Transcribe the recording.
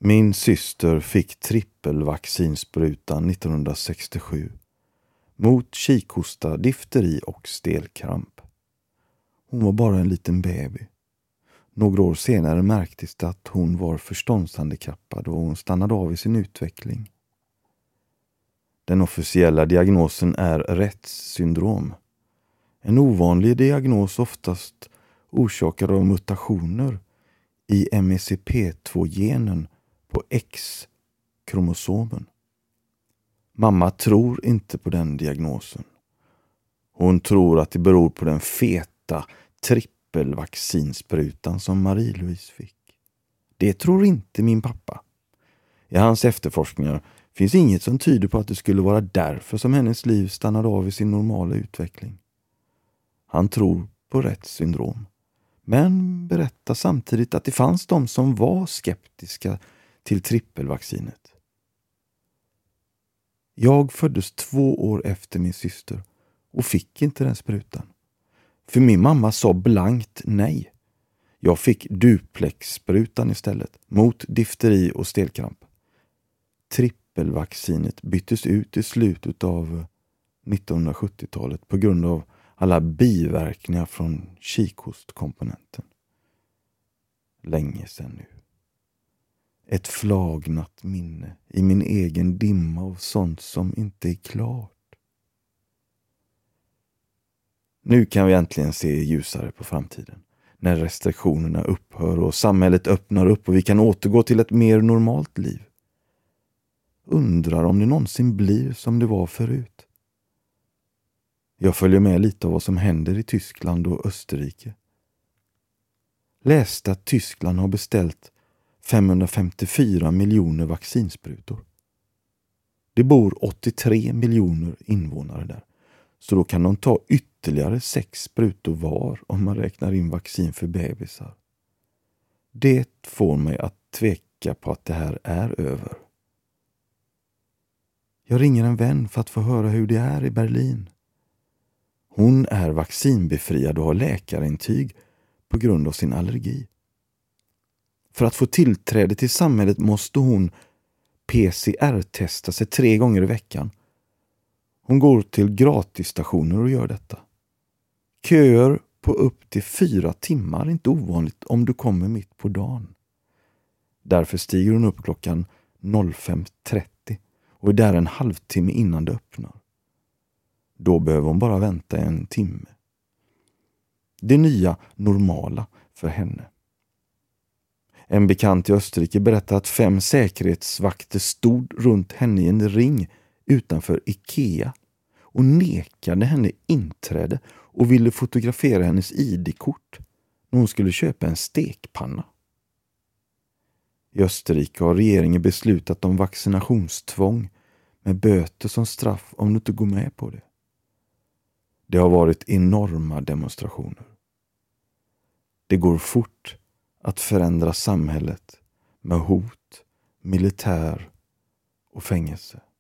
Min syster fick trippelvaccinsprutan 1967 mot kikhosta, difteri och stelkramp. Hon var bara en liten baby. Några år senare märktes det att hon var förståndshandikappad och hon stannade av i sin utveckling. Den officiella diagnosen är Retts syndrom. En ovanlig diagnos, oftast orsakad av mutationer i MECP2-genen på X-kromosomen. Mamma tror inte på den diagnosen. Hon tror att det beror på den feta trippelvaccinsprutan som Marie-Louise fick. Det tror inte min pappa. I hans efterforskningar finns inget som tyder på att det skulle vara därför som hennes liv stannade av i sin normala utveckling. Han tror på Retts syndrom, men berättar samtidigt att det fanns de som var skeptiska till trippelvaccinet. Jag föddes 2 år efter min syster och fick inte den sprutan. För min mamma sa blankt nej. Jag fick duplexsprutan istället, mot difteri och stelkramp. Trippelvaccinet byttes ut i slutet av 1970-talet på grund av alla biverkningar från kikhostkomponenten. Länge sedan nu. Ett flagnat minne i min egen dimma av sånt som inte är klart. Nu kan vi äntligen se ljusare på framtiden. När restriktionerna upphör och samhället öppnar upp och vi kan återgå till ett mer normalt liv. Undrar om det någonsin blir som det var förut. Jag följer med lite av vad som händer i Tyskland och Österrike. Läste att Tyskland har beställt 554 miljoner vaccinsprutor. Det bor 83 miljoner invånare där. Så då kan de ta ytterligare 6 sprutor var om man räknar in vaccin för bebisar. Det får mig att tveka på att det här är över. Jag ringer en vän för att få höra hur det är i Berlin. Hon är vaccinbefriad och har läkarintyg på grund av sin allergi. För att få tillträde till samhället måste hon PCR-testa sig 3 gånger i veckan. Hon går till gratisstationer och gör detta. Köer på upp till 4 timmar är inte ovanligt om du kommer mitt på dagen. Därför stiger hon upp klockan 05.30 och är där en halvtimme innan det öppnar. Då behöver hon bara vänta 1 timme. Det nya normala för henne. En bekant i Österrike berättar att 5 säkerhetsvakter stod runt henne i en ring utanför Ikea och nekade henne inträde och ville fotografera hennes ID-kort när hon skulle köpa en stekpanna. I Österrike har regeringen beslutat om vaccinationstvång med böter som straff om du inte går med på det. Det har varit enorma demonstrationer. Det går fort att förändra samhället med hot, militär och fängelse.